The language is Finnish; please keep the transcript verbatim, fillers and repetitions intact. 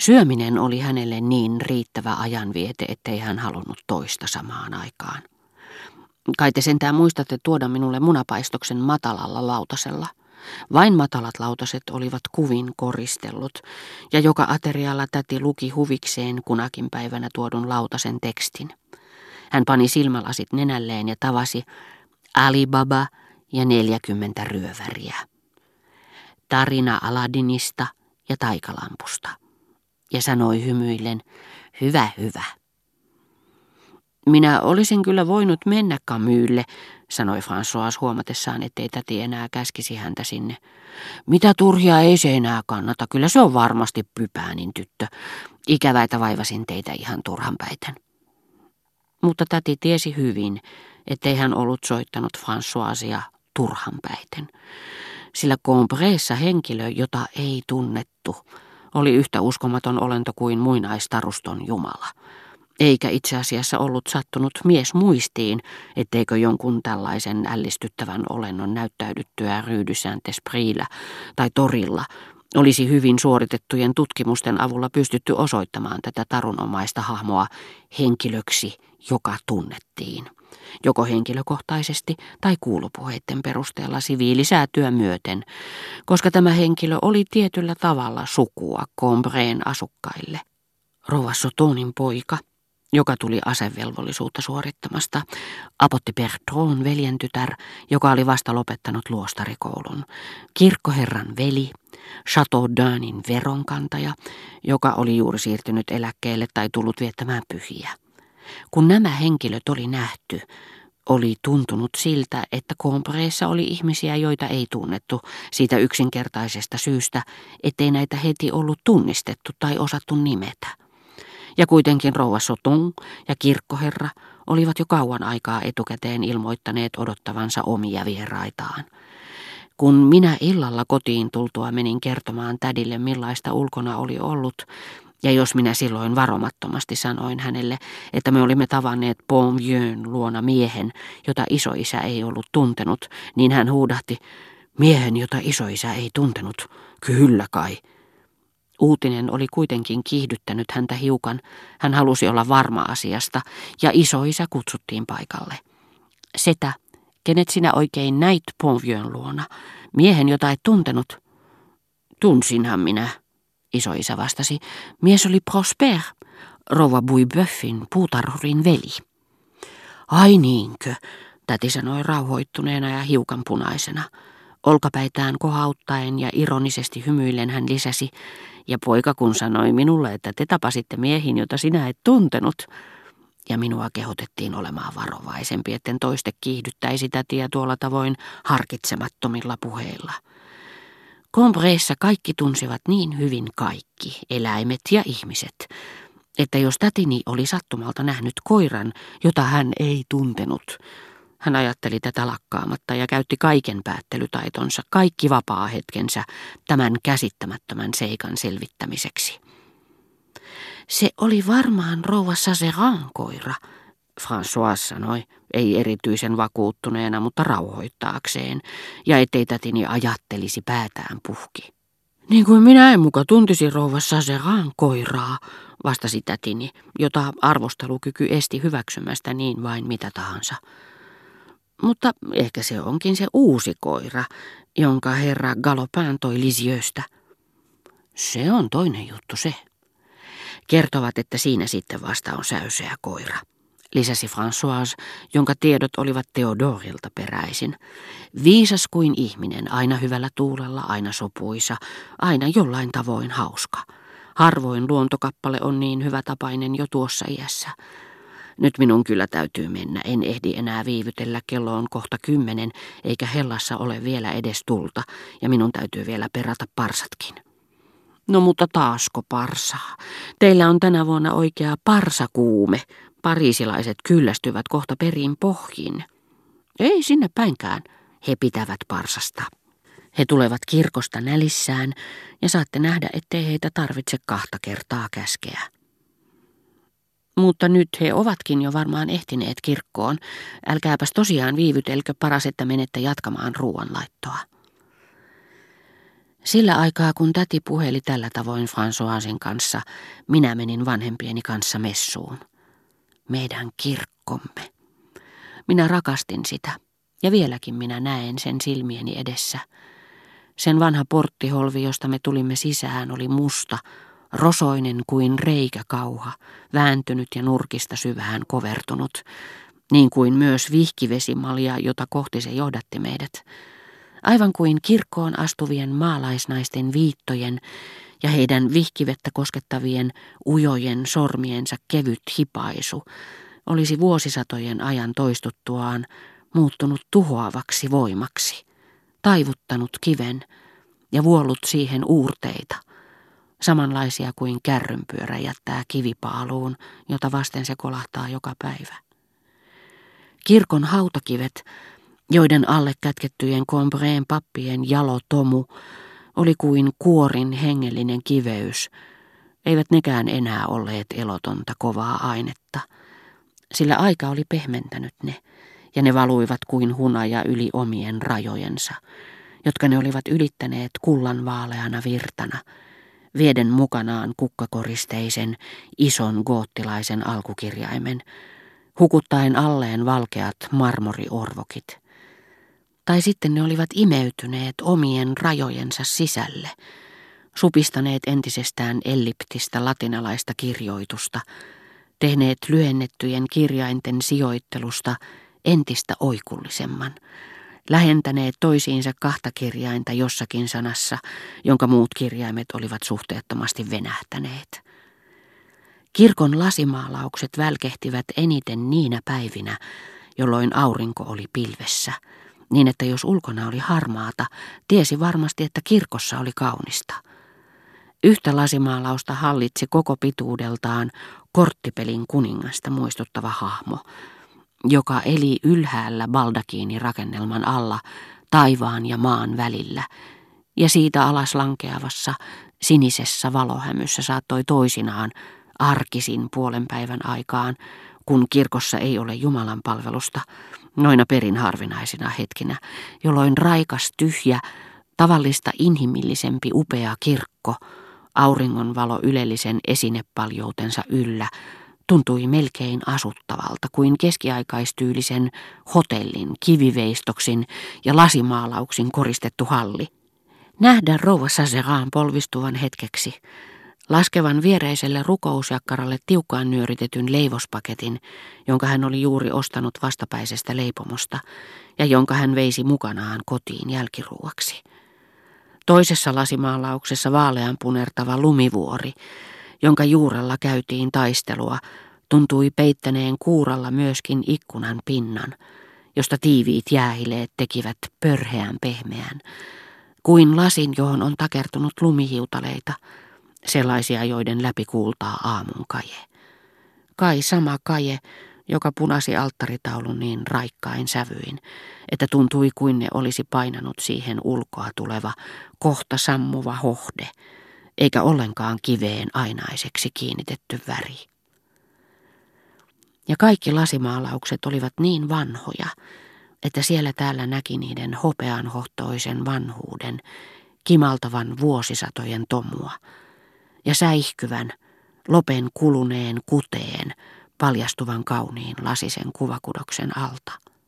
Syöminen oli hänelle niin riittävä ajanviete, ettei hän halunnut toista samaan aikaan. Kai te sentään muistatte tuoda minulle munapaistoksen matalalla lautasella. Vain matalat lautaset olivat kuvin koristellut, ja joka aterialla täti luki huvikseen kunakin päivänä tuodun lautasen tekstin. Hän pani silmälasit nenälleen ja tavasi Ali Baba ja neljäkymmentä ryöväriä. Tarina Aladinista ja taikalampusta. Ja sanoi hymyillen, hyvä, hyvä. Minä olisin kyllä voinut mennä Camusille, sanoi François huomatessaan, ettei täti enää käskisi häntä sinne. Mitä turhia ei se enää kannata, kyllä se on varmasti Pypäänin tyttö. Ikävä, että vaivasin teitä ihan turhan päiten. Mutta täti tiesi hyvin, ettei hän ollut soittanut Françoisia turhan päiten. Sillä Combrayssa henkilö, jota ei tunnettu, oli yhtä uskomaton olento kuin muinaistaruston jumala. Eikä itse asiassa ollut sattunut mies muistiin, etteikö jonkun tällaisen ällistyttävän olennon näyttäydyttyä Rue du Saint-Esprillä tai torilla olisi hyvin suoritettujen tutkimusten avulla pystytty osoittamaan tätä tarunomaista hahmoa henkilöksi, joka tunnettiin. Joko henkilökohtaisesti tai kuulupuheiden perusteella siviilisäätyä myöten, koska tämä henkilö oli tietyllä tavalla sukua Combrayn asukkaille. Rouva Sautonin poika, joka tuli asevelvollisuutta suorittamasta, apotti Bertrand veljentytär, joka oli vasta lopettanut luostarikoulun, kirkkoherran veli, Chateaudun'in veronkantaja, joka oli juuri siirtynyt eläkkeelle tai tullut viettämään pyhiä. Kun nämä henkilöt oli nähty, oli tuntunut siltä, että Combrayssa oli ihmisiä, joita ei tunnettu, siitä yksinkertaisesta syystä, ettei näitä heti ollut tunnistettu tai osattu nimetä. Ja kuitenkin rouva Sauton ja kirkkoherra olivat jo kauan aikaa etukäteen ilmoittaneet odottavansa omia vieraitaan. Kun minä illalla kotiin tultua menin kertomaan tädille, millaista ulkona oli ollut, ja jos minä silloin varomattomasti sanoin hänelle, että me olimme tavanneet Bonvieun luona miehen, jota isoisä ei ollut tuntenut, niin hän huudahti, miehen, jota isoisä ei tuntenut, kyllä kai. Uutinen oli kuitenkin kiihdyttänyt häntä hiukan, hän halusi olla varma asiasta, ja isoisä kutsuttiin paikalle. Setä, kenet sinä oikein näit Bonvieun luona, miehen, jota et tuntenut? Tunsinhan minä. Isoisä vastasi, mies oli Prosper, rouva Bouillebeufin, puutarhurin veli. Ai niinkö, täti sanoi rauhoittuneena ja hiukan punaisena. Olkapäitään kohauttaen ja ironisesti hymyillen hän lisäsi, ja poika kun sanoi minulle, että te tapasitte miehin, jota sinä et tuntenut, ja minua kehotettiin olemaan varovaisempi, etten toiste kiihdyttäisi tätiä tuolla tavoin harkitsemattomilla puheilla. Combrayssa kaikki tunsivat niin hyvin kaikki, eläimet ja ihmiset, että jos tätini oli sattumalta nähnyt koiran, jota hän ei tuntenut, hän ajatteli tätä lakkaamatta ja käytti kaiken päättelytaitonsa, kaikki vapaa-hetkensä tämän käsittämättömän seikan selvittämiseksi. Se oli varmaan rouva Sazeran koira, François sanoi, ei erityisen vakuuttuneena, mutta rauhoittaakseen, ja ettei tätini ajattelisi päätään puhki. Niin kuin minä en muka tuntisi rouva Sazeran koiraa, vastasi tätini, jota arvostelukyky esti hyväksymästä niin vain mitä tahansa. Mutta ehkä se onkin se uusi koira, jonka herra Galopin toi Lisieuxstä. Se on toinen juttu se. Kertovat, että siinä sitten vasta on säyseä koira, lisäsi François, jonka tiedot olivat Theodorilta peräisin. Viisas kuin ihminen, aina hyvällä tuulella, aina sopuisa, aina jollain tavoin hauska. Harvoin luontokappale on niin hyvätapainen jo tuossa iässä. Nyt minun kyllä täytyy mennä, en ehdi enää viivytellä, kello on kohta kymmenen, eikä Hellassa ole vielä edes tulta, ja minun täytyy vielä perata parsatkin. No mutta taasko parsaa? Teillä on tänä vuonna oikea parsakuume. Pariisilaiset kyllästyvät kohta perin pohjin. Ei sinne päinkään, he pitävät parsasta. He tulevat kirkosta nälissään, ja saatte nähdä, ettei heitä tarvitse kahta kertaa käskeä. Mutta nyt he ovatkin jo varmaan ehtineet kirkkoon. Älkääpäs tosiaan viivytelkö, paras, että menette jatkamaan ruoanlaittoa. Sillä aikaa, kun täti puheli tällä tavoin Françoisin kanssa, minä menin vanhempieni kanssa messuun. Meidän kirkkomme. Minä rakastin sitä, ja vieläkin minä näen sen silmieni edessä. Sen vanha porttiholvi, josta me tulimme sisään, oli musta, rosoinen kuin reikäkauha, vääntynyt ja nurkista syvään kovertunut, niin kuin myös vihkivesimalja, jota kohti se johdatti meidät. Aivan kuin kirkkoon astuvien maalaisnaisten viittojen ja heidän vihkivettä koskettavien ujojen sormiensa kevyt hipaisu olisi vuosisatojen ajan toistuttuaan muuttunut tuhoavaksi voimaksi, taivuttanut kiven ja vuollut siihen uurteita, samanlaisia kuin kärrynpyörä jättää kivipaaluun, jota vasten se kolahtaa joka päivä. Kirkon hautakivet, joiden alle kätkettyjen Combreen pappien jalo tomu oli kuin kuorin hengellinen kiveys, eivät nekään enää olleet elotonta kovaa ainetta, sillä aika oli pehmentänyt ne, ja ne valuivat kuin hunaja yli omien rajojensa, jotka ne olivat ylittäneet kullanvaaleana virtana, vieden mukanaan kukkakoristeisen ison goottilaisen alkukirjaimen, hukuttaen alleen valkeat marmoriorvokit. Tai sitten ne olivat imeytyneet omien rajojensa sisälle, supistaneet entisestään elliptistä latinalaista kirjoitusta, tehneet lyhennettyjen kirjainten sijoittelusta entistä oikullisemman, lähentäneet toisiinsa kahta kirjainta jossakin sanassa, jonka muut kirjaimet olivat suhteettomasti venähtäneet. Kirkon lasimaalaukset välkehtivät eniten niinä päivinä, jolloin aurinko oli pilvessä, niin että jos ulkona oli harmaata, tiesi varmasti, että kirkossa oli kaunista. Yhtä lasimaalausta hallitsi koko pituudeltaan korttipelin kuningasta muistuttava hahmo, joka eli ylhäällä baldakiinirakennelman alla taivaan ja maan välillä, ja siitä alas lankeavassa sinisessä valohämyssä saattoi toisinaan arkisin puolen päivän aikaan, kun kirkossa ei ole Jumalan palvelusta, noina perin harvinaisina hetkinä, jolloin raikas, tyhjä, tavallista inhimillisempi upea kirkko, auringonvalo ylellisen esinepaljoutensa yllä, tuntui melkein asuttavalta kuin keskiaikaistyylisen hotellin, kiviveistoksin ja lasimaalauksin koristettu halli. Nähdä rouva Sazeran polvistuvan hetkeksi, laskevan viereiselle rukousjakkaralle tiukkaan nyöritetyn leivospaketin, jonka hän oli juuri ostanut vastapäisestä leipomosta ja jonka hän veisi mukanaan kotiin jälkiruuaksi. Toisessa lasimaalauksessa vaalean punertava lumivuori, jonka juurella käytiin taistelua, tuntui peittäneen kuuralla myöskin ikkunan pinnan, josta tiiviit jäähileet tekivät pörheän pehmeän, kuin lasin, johon on takertunut lumihiutaleita, sellaisia, joiden läpi kuultaa aamun kaje. Kai sama kaje, joka punasi alttaritaulun niin raikkain sävyin, että tuntui kuin ne olisi painanut siihen ulkoa tuleva, kohta sammuva hohde, eikä ollenkaan kiveen ainaiseksi kiinnitetty väri. Ja kaikki lasimaalaukset olivat niin vanhoja, että siellä täällä näki niiden hopeanhohtoisen vanhuuden, kimaltavan vuosisatojen tomua, ja säihkyvän, lopen kuluneen kuteen, paljastuvan kauniin lasisen kuvakudoksen alta.